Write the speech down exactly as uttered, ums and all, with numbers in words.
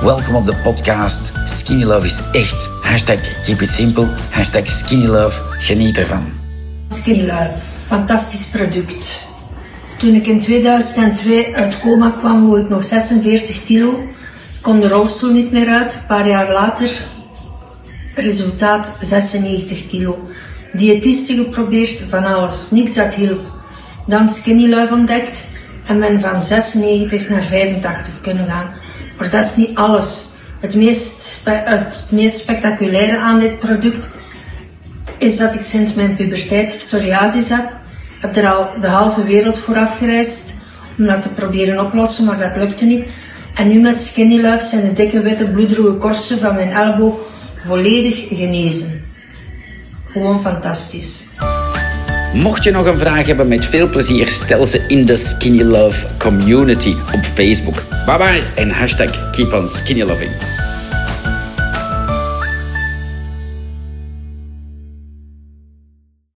Welkom op de podcast. Skinny Love is echt. Hashtag keep it simple. Hashtag Skinny Love. Geniet ervan. Skinny Love, fantastisch product. Toen ik in tweeduizend twee uit coma kwam, woog ik nog zesenveertig kilo. Kon de rolstoel niet meer uit. Een paar jaar later, resultaat zesennegentig kilo. Diëtisten geprobeerd, van alles. Niks dat hielp. Dan Skinny Love ontdekt en ben van zesennegentig naar vijfentachtig kunnen gaan. Maar dat is niet alles. Het meest, spe- het meest spectaculaire aan dit product is dat ik sinds mijn puberteit psoriasis heb. Ik heb er al de halve wereld voor afgereisd om dat te proberen oplossen, maar dat lukte niet. En nu met Skinny Love zijn de dikke witte bloedrode korsen van mijn elleboog volledig genezen. Gewoon fantastisch. Mocht je nog een vraag hebben, met veel plezier stel ze in de Skinny Love community op Facebook. Bye bye en hashtag keep on skinny loving.